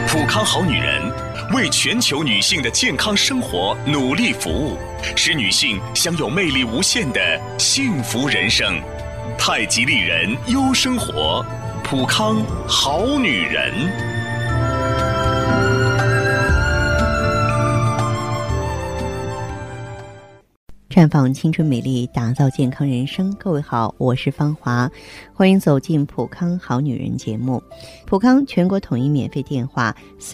普康好女人为全球女性的健康生活努力服务，使女性享有魅力无限的幸福人生。太极丽人优生活，普康好女人。 绽放青春美丽，打造健康人生。各位好，我是芳华，欢迎走进普康好女人节目。普康全国统一免费电话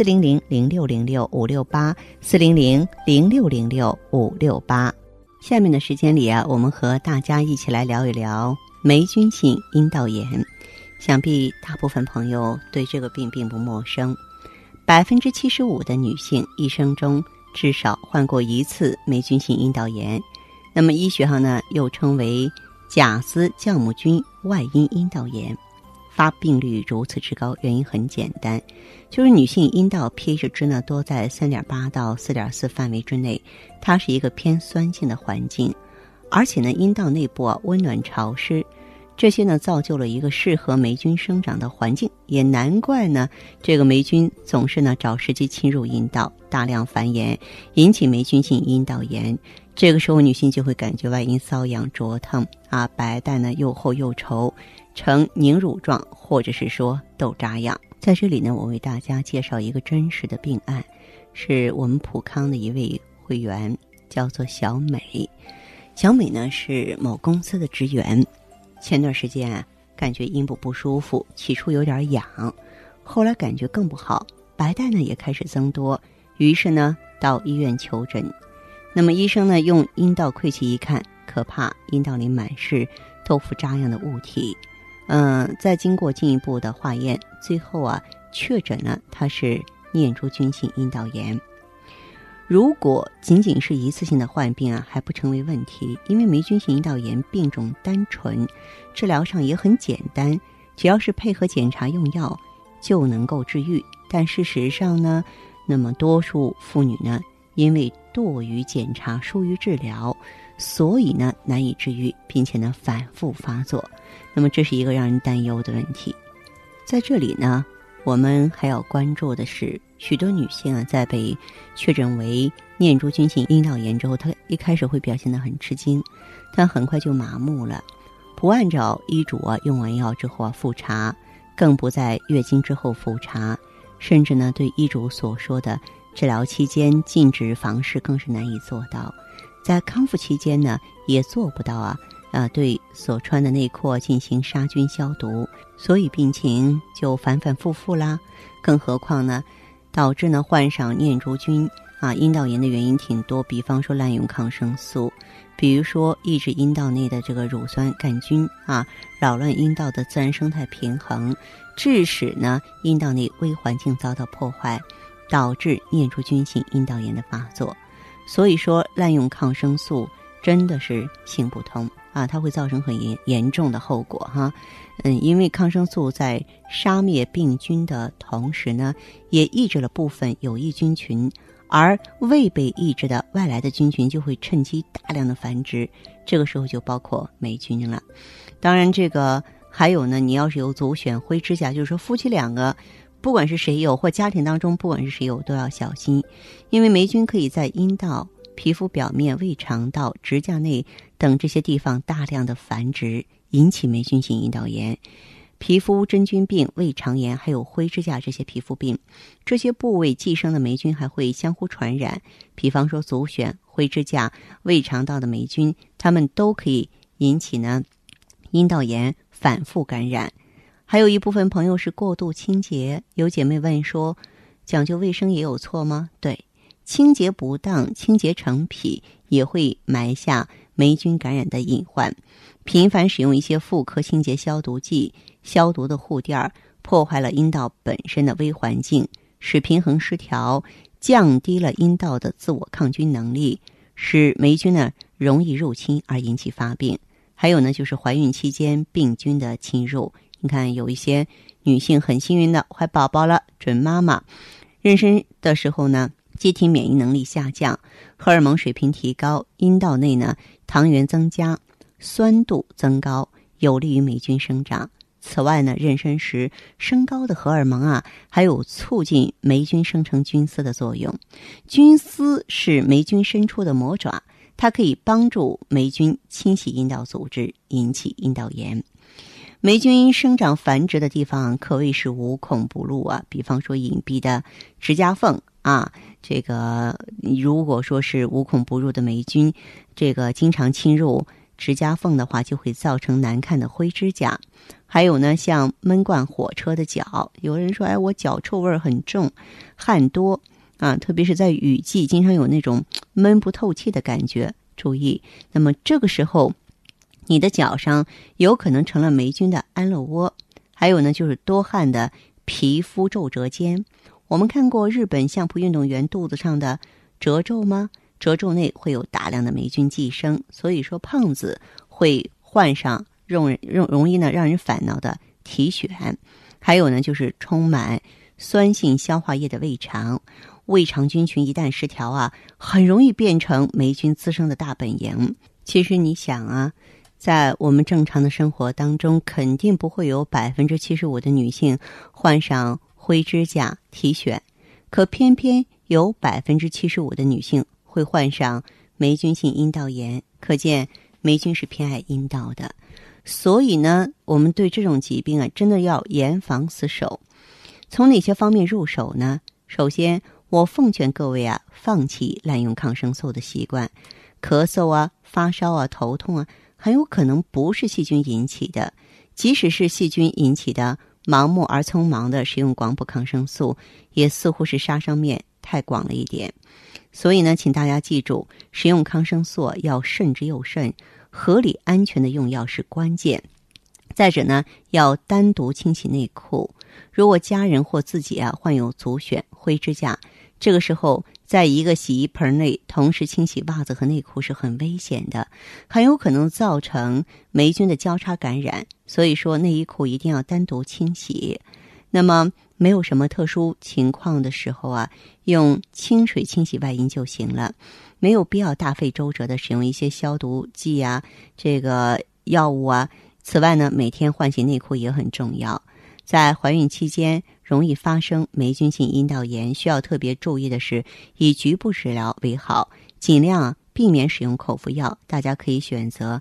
400-0606-568，400-0606-568。下面的时间里我们和大家一起来聊一聊霉菌性阴道炎。想必大部分朋友对这个病并不陌生。75%的女性一生中至少患过一次霉菌性阴道炎。那么医学上呢，又称为假丝酵母菌外阴阴道炎。发病率如此之高，原因很简单，就是女性阴道 pH 值呢多在 3.8 到 4.4 范围之内，它是一个偏酸性的环境，而且呢阴道内部温暖潮湿，这些呢造就了一个适合霉菌生长的环境，也难怪呢这个霉菌总是呢找时机侵入阴道，大量繁衍，引起霉菌性阴道炎。这个时候女性就会感觉外阴瘙痒灼疼白带呢又厚又稠，呈凝乳状，或者是说豆渣样。在这里呢，我为大家介绍一个真实的病案，是我们普康的一位会员，叫做小美。小美呢是某公司的职员，前段时间感觉阴部不舒服，起初有点痒，后来感觉更不好，白带呢也开始增多，于是呢到医院求诊。那么医生呢用阴道窥器一看，可怕，阴道里满是豆腐渣样的物体。再经过进一步的化验，最后确诊了它是念珠菌性阴道炎。如果仅仅是一次性的患病还不成为问题，因为霉菌性阴道炎病种单纯，治疗上也很简单，只要是配合检查用药就能够治愈。但事实上呢，那么多数妇女呢因为惰于检查疏于治疗，所以呢难以治愈，并且呢反复发作。那么这是一个让人担忧的问题。在这里呢，我们还要关注的是，许多女性在被确诊为念珠菌性阴道炎之后，她一开始会表现得很吃惊，但很快就麻木了，不按照医嘱用完药之后复查，更不在月经之后复查，甚至呢对医嘱所说的治疗期间禁止房事更是难以做到，在康复期间呢也做不到对所穿的内裤进行杀菌消毒，所以病情就反反复复啦。更何况呢，导致呢患上念珠菌阴道炎的原因挺多，比方说滥用抗生素，比如说抑制阴道内的这个乳酸杆菌扰乱阴道的自然生态平衡，致使呢阴道内微环境遭到破坏，导致念珠菌性阴道炎的发作。所以说滥用抗生素真的是行不通它会造成很严重的后果因为抗生素在杀灭病菌的同时呢，也抑制了部分有益菌群，而未被抑制的外来的菌群就会趁机大量的繁殖，这个时候就包括霉菌了。当然这个还有呢，你要是有足癣灰指甲，就是说夫妻两个不管是谁有，或家庭当中不管是谁有，都要小心，因为霉菌可以在阴道、皮肤表面、胃肠道、指甲内等这些地方大量的繁殖，引起霉菌性阴道炎。皮肤真菌病、胃肠炎还有灰指甲这些皮肤病，这些部位寄生的霉菌还会相互传染，比方说足癣、灰指甲、胃肠道的霉菌，它们都可以引起呢阴道炎反复感染。还有一部分朋友是过度清洁，有姐妹问说，讲究卫生也有错吗？对，清洁不当、清洁成癖也会埋下霉菌感染的隐患。频繁使用一些妇科清洁消毒剂、消毒的护垫，破坏了阴道本身的微环境，使平衡失调，降低了阴道的自我抗菌能力，使霉菌呢容易入侵而引起发病。还有呢，就是怀孕期间病菌的侵入。你看有一些女性很幸运的怀宝宝了，准妈妈，妊娠的时候呢机体免疫能力下降，荷尔蒙水平提高，阴道内呢糖原增加，酸度增高，有利于霉菌生长。 此外呢，妊娠时升高的荷尔蒙啊，还有促进霉菌生成菌丝的作用。菌丝是霉菌伸出的魔爪，它可以帮助霉菌清洗阴道组织，引起阴道炎。霉菌生长繁殖的地方可谓是无孔不入啊，比方说隐蔽的指甲缝啊，这个如果说是无孔不入的霉菌，这个经常侵入指甲缝的话，就会造成难看的灰指甲。还有呢，像闷惯火车的脚，有人说，我脚臭味很重，汗多啊，特别是在雨季，经常有那种闷不透气的感觉。注意，那么这个时候，你的脚上有可能成了霉菌的安乐窝。还有呢，就是多汗的皮肤皱褶间。我们看过日本相扑运动员肚子上的褶皱吗？褶皱内会有大量的霉菌寄生，所以说胖子会患上容易呢让人烦恼的体癣。还有呢，就是充满酸性消化液的胃肠，胃肠菌群一旦失调啊，很容易变成霉菌滋生的大本营。其实你想啊，在我们正常的生活当中，肯定不会有75%的女性患上灰指甲、体癣，可偏偏有75%的女性会患上霉菌性阴道炎，可见霉菌是偏爱阴道的。所以呢，我们对这种疾病啊，真的要严防死守。从哪些方面入手呢？首先，我奉劝各位啊，放弃滥用抗生素的习惯。咳嗽啊、发烧啊、头痛啊，很有可能不是细菌引起的。即使是细菌引起的，盲目而匆忙的使用广谱抗生素，也似乎是杀伤面太广了一点。所以呢，请大家记住，使用抗生素要慎之又慎，合理安全的用药是关键。再者呢，要单独清洗内裤。如果家人或自己患有足癣、灰指甲，这个时候在一个洗衣盆内同时清洗袜子和内裤是很危险的，很有可能造成霉菌的交叉感染。所以说内衣裤一定要单独清洗。那么没有什么特殊情况的时候啊，用清水清洗外阴就行了，没有必要大费周折的使用一些消毒剂啊、这个药物啊。此外呢，每天换洗内裤也很重要。在怀孕期间容易发生霉菌性阴道炎，需要特别注意的是，以局部治疗为好，尽量避免使用口服药。大家可以选择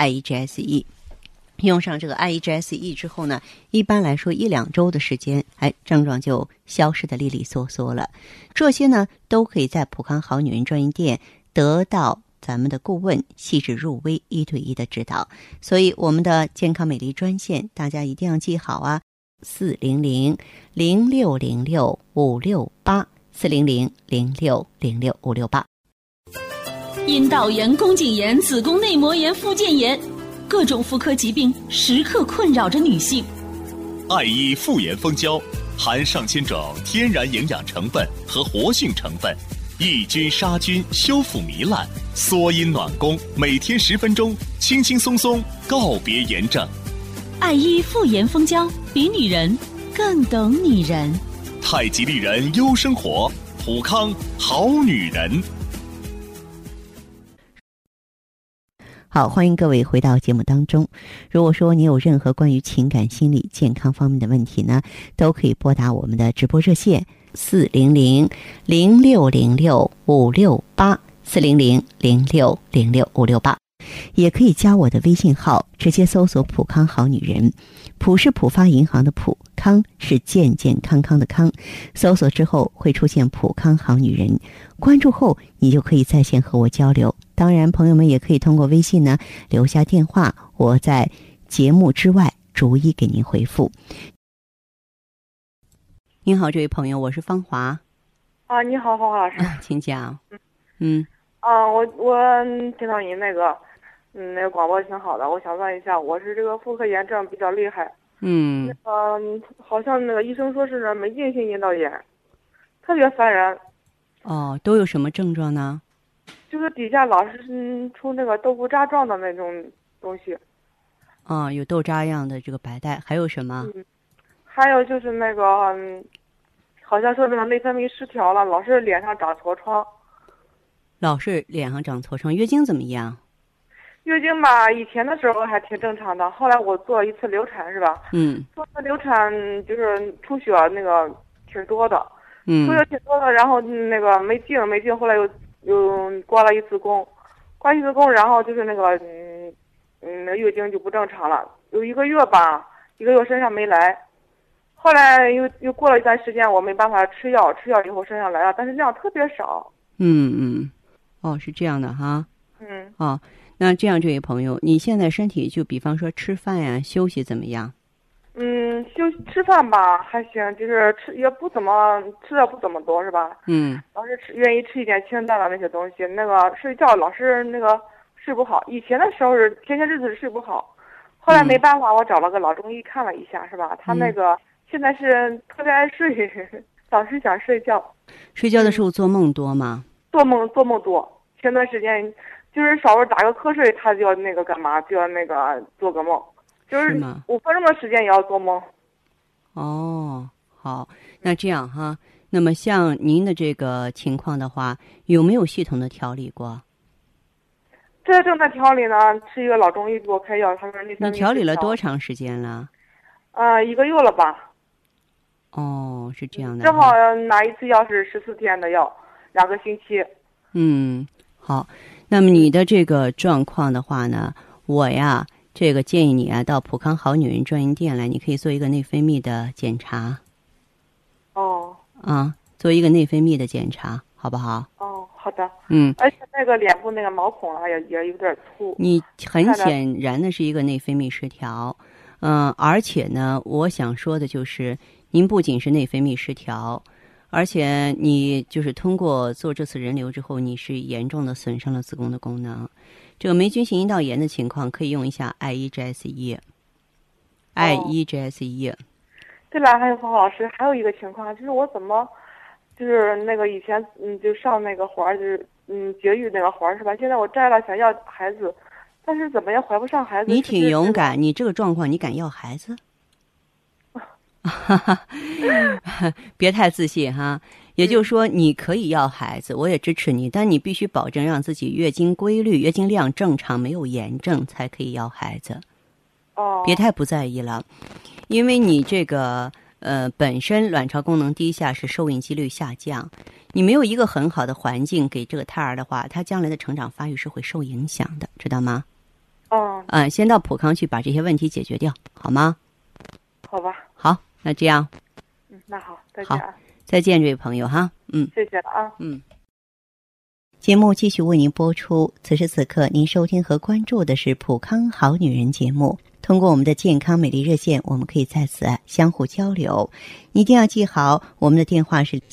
IEGSE。用上这个 IEGSE 之后呢，一般来说1-2周的时间，症状就消失的利利索索了。这些呢，都可以在普康好女人专营店得到咱们的顾问细致入微1对1的指导。所以我们的健康美丽专线大家一定要记好啊，400-060568，400-060568。 阴道炎、宫颈炎、子宫内膜炎、附件炎，各种妇科疾病时刻困扰着女性。 爱伊妇炎蜂胶含上千种天然营养成分和活性成分，抑菌杀菌，修复糜烂，缩阴暖宫，每天10分钟，轻轻松松告别炎症。 爱伊妇炎蜂胶，比女人更懂女人。 太极丽人优生活，普康好女人。 好，欢迎各位回到节目当中。如果说你有任何关于情感、心理、健康方面的问题呢，都可以拨打我们的直播热线400-060568，400-060568，也可以加我的微信号，直接搜索普康好女人。普是浦发银行的普，康是健健康康的康，搜索之后会出现普康好女人，关注后你就可以在线和我交流。当然朋友们也可以通过微信呢留下电话，我在节目之外逐一给您回复。您好，这位朋友，我是芳华。 你好，芳华老师。 请讲。 我听到你那个广播挺好的，我想问一下，我是这个妇科炎症比较厉害。好像那个医生说是霉菌性阴道炎，特别烦人。 都有什么症状呢？ 就是底下老是出那个豆腐渣状的那种东西。 有豆渣样的这个白带，还有什么？ 还有就是那个好像说那个内分泌失调了，老是脸上长痤疮。 老是脸上长痤疮，月经怎么样？ 月经吧，以前的时候还挺正常的，后来我做了一次流产，是吧？做了流产就是出血那个挺多的，出血挺多的，然后那个没劲，后来又刮了一次宫，然后就是那个月经就不正常了，有1个月吧，1个月身上没来，后来又过了一段时间，我没办法吃药以后身上来了，但是量特别少。 哦，是这样的哈。那这样，这位朋友，你现在身体就比方说吃饭呀、休息怎么样？ 吃饭吧还行，就是吃的不怎么多，是吧？老是愿意吃一点清淡的那些东西。那个睡觉老是那个睡不好，以前的时候是天天日子睡不好，后来没办法，我找了个老中医看了一下，是吧？他那个现在是特别爱睡，老是想睡觉。 睡觉的时候做梦多吗？ 做梦多，前段时间就是稍微打个瞌睡，他就要那个干嘛，就要那个做个梦，就是5分钟的时间也要做梦。 好，那这样哈，那么像您的这个情况的话，有没有系统的调理过？ 这正在调理呢，是一个老中医给我开药，他说你调理了多长时间了 ？1个月了吧。 是这样的。 正好拿一次药是14天的药，2个星期。 好，那么你的这个状况的话呢，我呀，这个建议你啊，到普康好女人专营店来，你可以做一个内分泌的检查。做一个内分泌的检查，好不好？ 好的。而且那个脸部那个毛孔啊，也有点粗。你很显然的是一个内分泌失调。而且呢，我想说的就是，您不仅是内分泌失调，而且你就是通过做这次人流之后，你是严重的损伤了子宫的功能。这个霉菌性阴道炎的情况可以用一下 IEGS-1。IEGS-1。 对了，还有黄老师，还有一个情况就是我怎么，就是那个以前就上那个环，就是绝育那个环是吧？现在我摘了想要孩子，但是怎么也怀不上孩子。 你挺勇敢，你这个状况你敢要孩子？别太自信哈。也就是说，你可以要孩子，我也支持你，但你必须保证让自己月经规律、月经量正常，没有炎症，才可以要孩子。别太不在意了，因为你这个本身卵巢功能低下是受孕几率下降，你没有一个很好的环境给这个胎儿的话，他将来的成长发育是会受影响的，知道吗？先到普康去把这些问题解决掉，好吗？ 好吧。 好，那这样。 那好，再见。 好，再见，这位朋友哈。 谢谢了啊。 节目继续为您播出。此时此刻，您收听和关注的是普康好女人节目。通过我们的健康美丽热线，我们可以在此相互交流。一定要记好，我们的电话是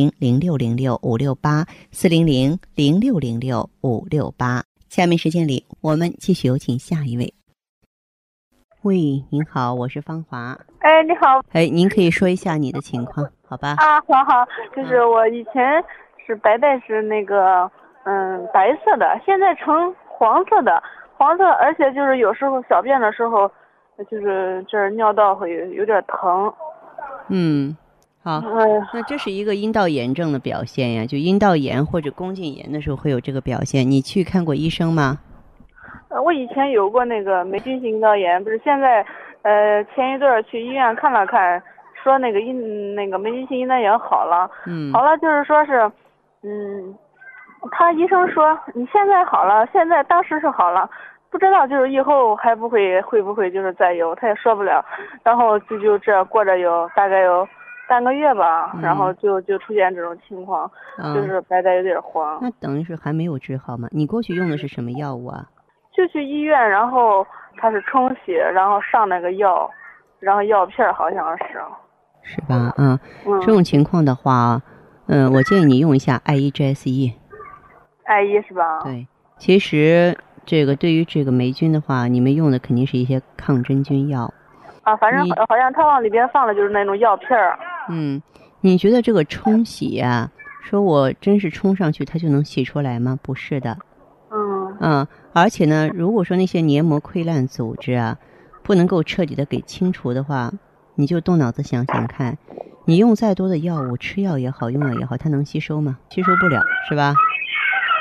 400-0606-568，400-0606-568。下面时间里，我们继续有请下一位。喂，您好，我是芳华。 你好。 您可以说一下你的情况，好吧？ 好，就是我以前是白带是那个白色的，现在成黄色，而且就是有时候小便的时候，就是这儿尿道会有点疼。 好，那这是一个阴道炎症的表现呀，就阴道炎或者宫颈炎的时候会有这个表现。你去看过医生吗？ 我以前有过那个霉菌性阴道炎，不是现在前一段去医院看了看，说那个霉菌性阴道炎好了，好了，就是说是他医生说你现在好了，当时是好了，不知道就是以后会不会就是再有，他也说不了。然后就这过着大概有半个月吧，然后就出现这种情况，就是白带有点黄。 那等于是还没有治好吗？你过去用的是什么药物啊？ 就去医院，然后他是冲血，然后上那个药，然后药片好像是吧？这种情况的话，我建议你用一下 IEGS-1。 是吧？ 对，其实这个对于这个霉菌的话，你们用的肯定是一些抗真菌药。 反正好像他往里边放的就是那种药片儿。 你觉得这个冲洗啊，说我真是冲上去它就能洗出来吗？不是的。而且呢，如果说那些黏膜溃烂组织啊，不能够彻底的给清除的话，你就动脑子想想看，你用再多的药物，吃药也好，用药也好，它能吸收吗？吸收不了，是吧？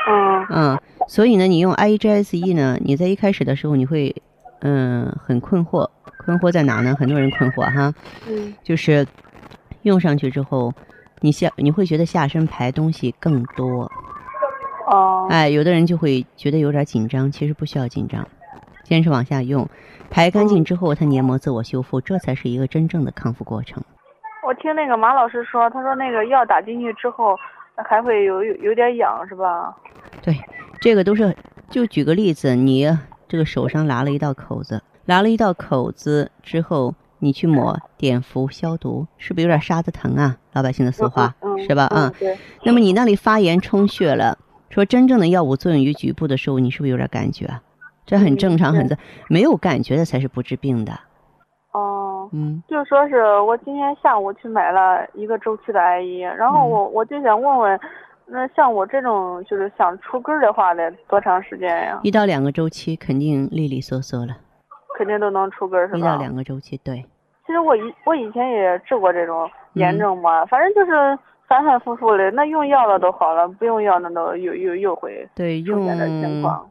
所以呢，你用 IEGSE 呢，你在一开始的时候你会很困惑在哪呢？很多人困惑哈，就是用上去之后，你会觉得下身排东西更多。有的人就会觉得有点紧张，其实不需要紧张，坚持往下用，排干净之后，它黏膜自我修复，这才是一个真正的康复过程。 我听那个马老师说，他说那个药打进去之后，还会有点痒，是吧？ 对，这个都是，就举个例子，你这个手上拉了一道口子之后，你去抹碘伏消毒，是不是有点沙子疼啊？老百姓的俗话，是吧？ 对。 那么你那里发炎充血了，说真正的药物作用于局部的时候，你是不是有点感觉？这很正常，没有感觉的才是不治病的。 就说是我今天下午去买了一个周期的IE，然后我就想问问，那像我这种就是想出根的话得多长时间呀？1 到2个周期肯定利利索索了， 肯定都能出根，是吧 ？1到2个周期，对。 其实我以前也治过这种炎症嘛，反正就是反反复复的，那用药了都好了，不用药那都又会出现的情况。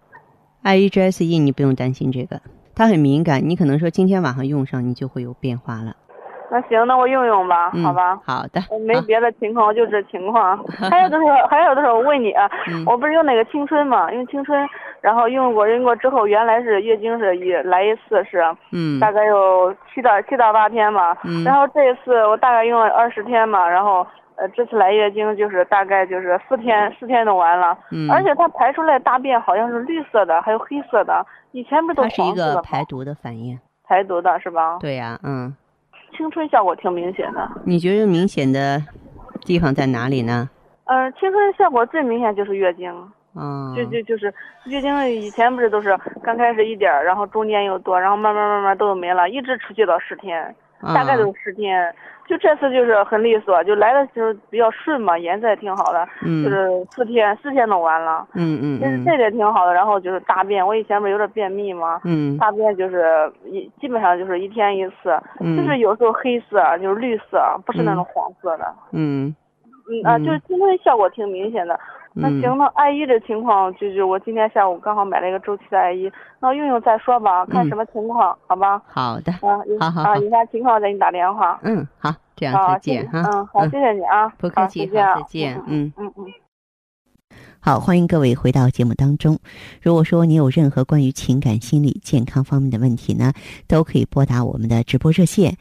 IEGSE 你不用担心这个，它很敏感，你可能说今天晚上用上，你就会有变化了。 那行，那我用吧，好吧？ 好的。 没别的情况，就这情况。还有的时候我问你啊，我不是用那个青春嘛？用青春，然后用过之后，原来是月经是来一次是，大概有7到8天嘛。然后这一次我大概用了20天嘛，然后这次来月经就是大概就是4天弄完了。而且它排出来大便好像是绿色的，还有黑色的，以前不都黄色的吗？ 它是一个排毒的反应。 排毒的是吧？ 对呀， 青春效果挺明显的。 你觉得明显的地方在哪里呢？ 青春效果最明显就是月经。就是月经以前不是都是刚开始一点，然后中间又多，然后慢慢都没了，一直持续到10天，大概都是10天。就这次就是很利索，就来的时候比较顺嘛，颜色也挺好的，就是4天弄完了。这点挺好的。然后就是大便，我以前不是有点便秘嘛，大便就是基本上就是1天1次，就是有时候黑色，就是绿色，不是那种黄色的。就是青春效果挺明显的。那行，那IE的情况就是我今天下午刚好买了一个周期的IE，那用再说吧，看什么情况，好吧？ 好的。 好，有啥情况再给你打电话。 好，这样再见哈。 好，谢谢你啊。 不客气，好，再见。 好，欢迎各位回到节目当中。如果说你有任何关于情感、心理健康方面的问题呢，都可以拨打我们的直播热线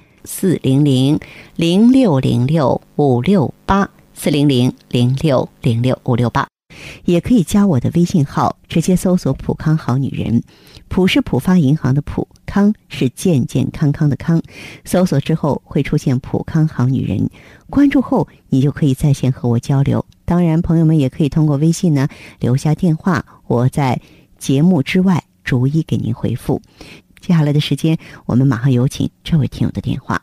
400-0606-568，400-0606-568，也可以加我的微信号，直接搜索普康好女人。普是浦发银行的普，康是健健康康的康，搜索之后会出现普康好女人，关注后你就可以在线和我交流。当然朋友们也可以通过微信呢留下电话，我在节目之外逐一给您回复。接下来的时间我们马上有请这位听友的电话。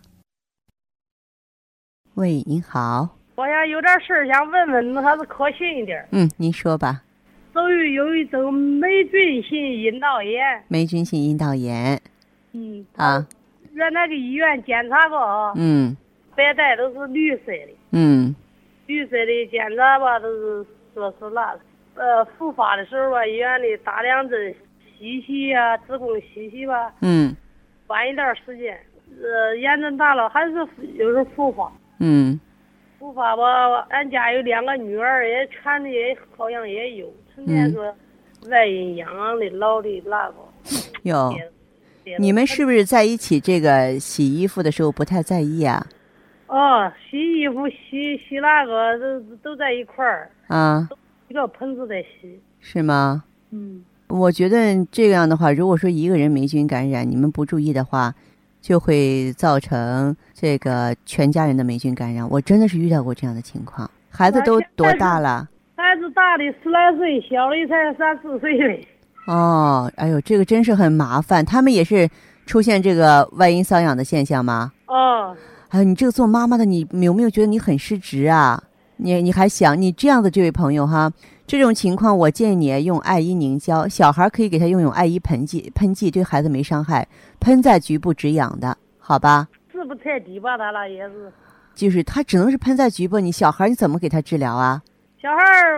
喂，您好。 我想有点事想问问，那还是可信一点。 您说吧。 有一种霉菌性阴道炎。 霉菌性阴道炎。 在那个医院检查过啊。白带都是绿色的。绿色的检查吧，都是说是那复发的时候吧，医院里打2针吸啊，子宫吸吧。晚一段时间，炎症大了还是有时候复发。复发吧，俺家有2个女儿，也全的也好像也有，成天说外阴痒的、老的那个。 有，你们是不是在一起这个洗衣服的时候不太在意啊？ 洗衣服洗那个都在一块儿一个盆子在洗。 是吗？我觉得这样的话，如果说一个人霉菌感染，你们不注意的话，就会造成这个全家人的霉菌感染。我真的是遇到过这样的情况。孩子都多大了？ 孩子大的10来岁，小的才3、4岁嘞。 哎呦，这个真是很麻烦。他们也是出现这个外阴瘙痒的现象吗？你这个做妈妈的，你有没有觉得你很失职啊？你还想你这样的这位朋友哈，这种情况我建议你用艾依凝胶，小孩可以给他用艾依喷剂，对孩子没伤害，喷在局部止痒的，好吧？ 是不太低吧？他那也是， 就是他只能是喷在局部，你小孩你怎么给他治疗啊？ 小孩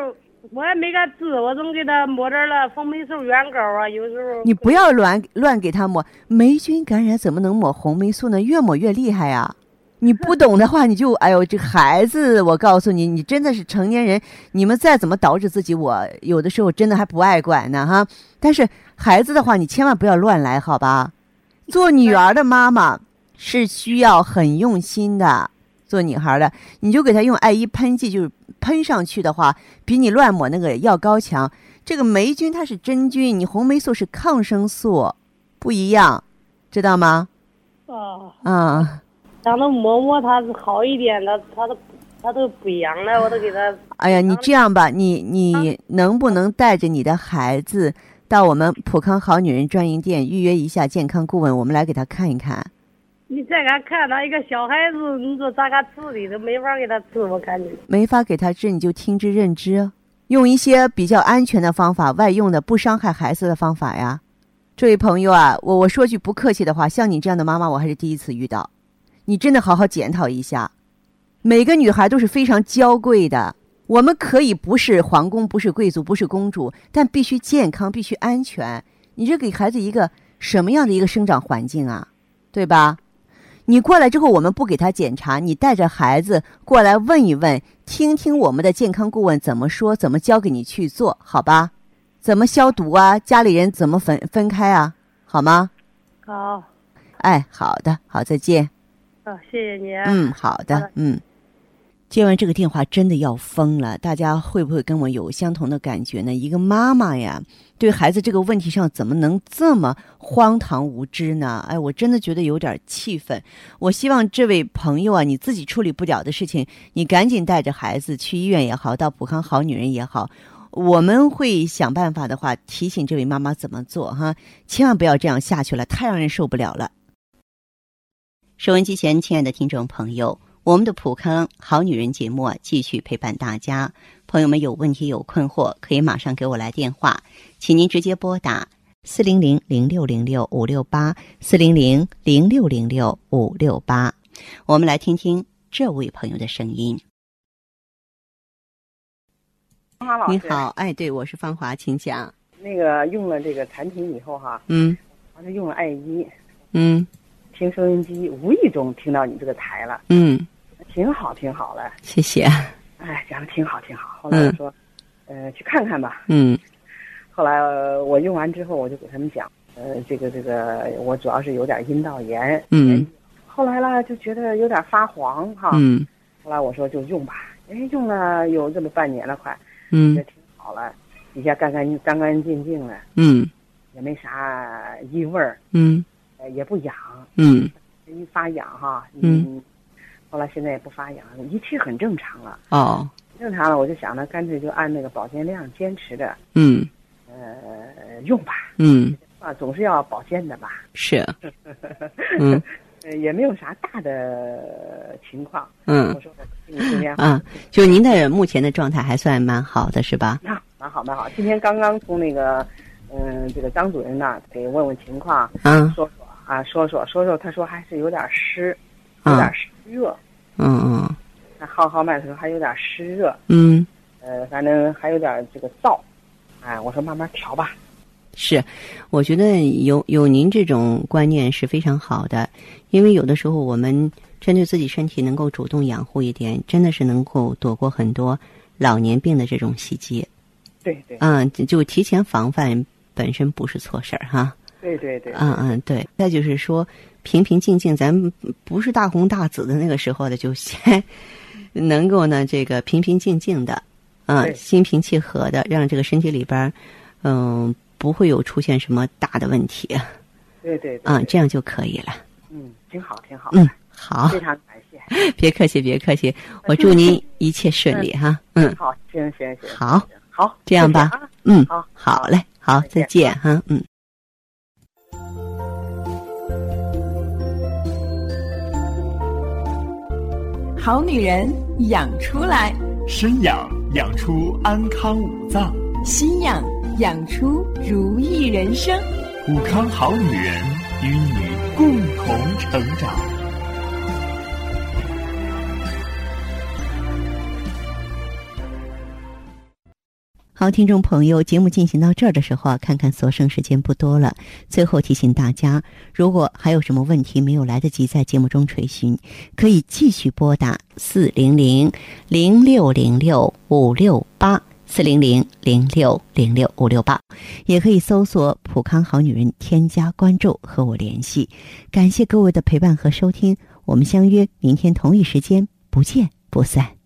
我也没给他治，我总给他抹点了红霉素原膏啊，有时候。 你不要乱给他抹，霉菌感染怎么能抹红霉素呢？越抹越厉害呀！你不懂的话，你就哎呦，这孩子，我告诉你，你真的是成年人，你们再怎么捯饬自己，我有的时候真的还不爱管呢哈。但是孩子的话，你千万不要乱来，好吧？做女儿的妈妈是需要很用心的，做女孩的，你就给她用艾依喷剂，就是喷上去的话，比你乱抹那个药膏强。这个霉菌它是真菌，你红霉素是抗生素，不一样，知道吗？ 让他摸他是好一点的，他都不一样了，我都给他。 哎呀，你这样吧，你能不能带着你的孩子到我们普康好女人专营店预约一下健康顾问，我们来给他看一看。 你再给他看他一个小孩子，你说咋个治的都没法给他治，我感觉。 没法给他治，你就听之任之，用一些比较安全的方法，外用的不伤害孩子的方法呀。这位朋友啊，我说句不客气的话，像你这样的妈妈我还是第一次遇到，你真的好好检讨一下。每个女孩都是非常娇贵的，我们可以不是皇宫，不是贵族，不是公主，但必须健康，必须安全。你这给孩子一个什么样的一个生长环境啊，对吧？你过来之后我们不给他检查，你带着孩子过来问一问，听听我们的健康顾问怎么说，怎么教给你去做，好吧？怎么消毒啊，家里人怎么分开啊，好吗？ 好。 哎，好的，好，再见。 谢谢你。 好的。接完这个电话真的要疯了，大家会不会跟我有相同的感觉呢？一个妈妈呀，对孩子这个问题上怎么能这么荒唐无知呢？哎，我真的觉得有点气愤。我希望这位朋友啊，你自己处理不了的事情，你赶紧带着孩子去医院也好，到普康好女人也好，我们会想办法的话提醒这位妈妈怎么做哈，千万不要这样下去了，太让人受不了了。 收音机前亲爱的听众朋友，我们的普康好女人节目继续陪伴大家，朋友们有问题有困惑可以马上给我来电话，请您直接拨打400-0606-568 400-0606-568。我们来听听这位朋友的声音。 芳华老师， 你好，哎，对，我是芳华，请讲。 那个用了这个产品以后哈，完了用了艾依，听收音机无意中听到你这个台了，挺好了， 谢谢。 哎，讲的挺好。后来我说，去看看吧，后来我用完之后，我就给他们讲，这个我主要是有点阴道炎，后来呢就觉得有点发黄哈，后来我说就用吧，用了有这么半年了快，觉得挺好了，底下干干净净的，也没啥异味儿，也不痒，一发痒哈，后来现在也不发痒，一切很正常了。正常了，我就想着干脆就按那个保健量坚持着，用吧，总是要保健的吧。 是， 也没有啥大的情况。我说就您的目前的状态还算蛮好的，是吧？ 蛮好。今天刚刚从那个这个张主任那给问问情况，说说，他说还是有点湿，有点湿热。他号脉的时候还有点湿热。反正还有点这个燥。我说慢慢调吧。 是，我觉得有您这种观念是非常好的，因为有的时候我们针对自己身体能够主动养护一点，真的是能够躲过很多老年病的这种袭击。 对。 就提前防范本身不是错事儿哈。 对。 对。再就是说平平静静，咱不是大红大紫的那个时候的，就先能够呢这个平平静静的，心平气和的，让这个身体里边不会有出现什么大的问题。 对。 这样就可以了。 挺好。 好， 非常感谢。 别客气，我祝您一切顺利哈。 好，行。 好，这样吧。好嘞，好，再见哈。 好女人养出来， 身养出安康五脏， 心养出如意人生。 普康好女人与你共同成长。 好，听众朋友，节目进行到这儿的时候啊，看看所剩时间不多了。最后提醒大家，如果还有什么问题没有来得及在节目中垂询，可以继续拨打400-0606-568，400-0606-568，也可以搜索普康好女人，添加关注和我联系。感谢各位的陪伴和收听，我们相约明天同一时间，不见不散。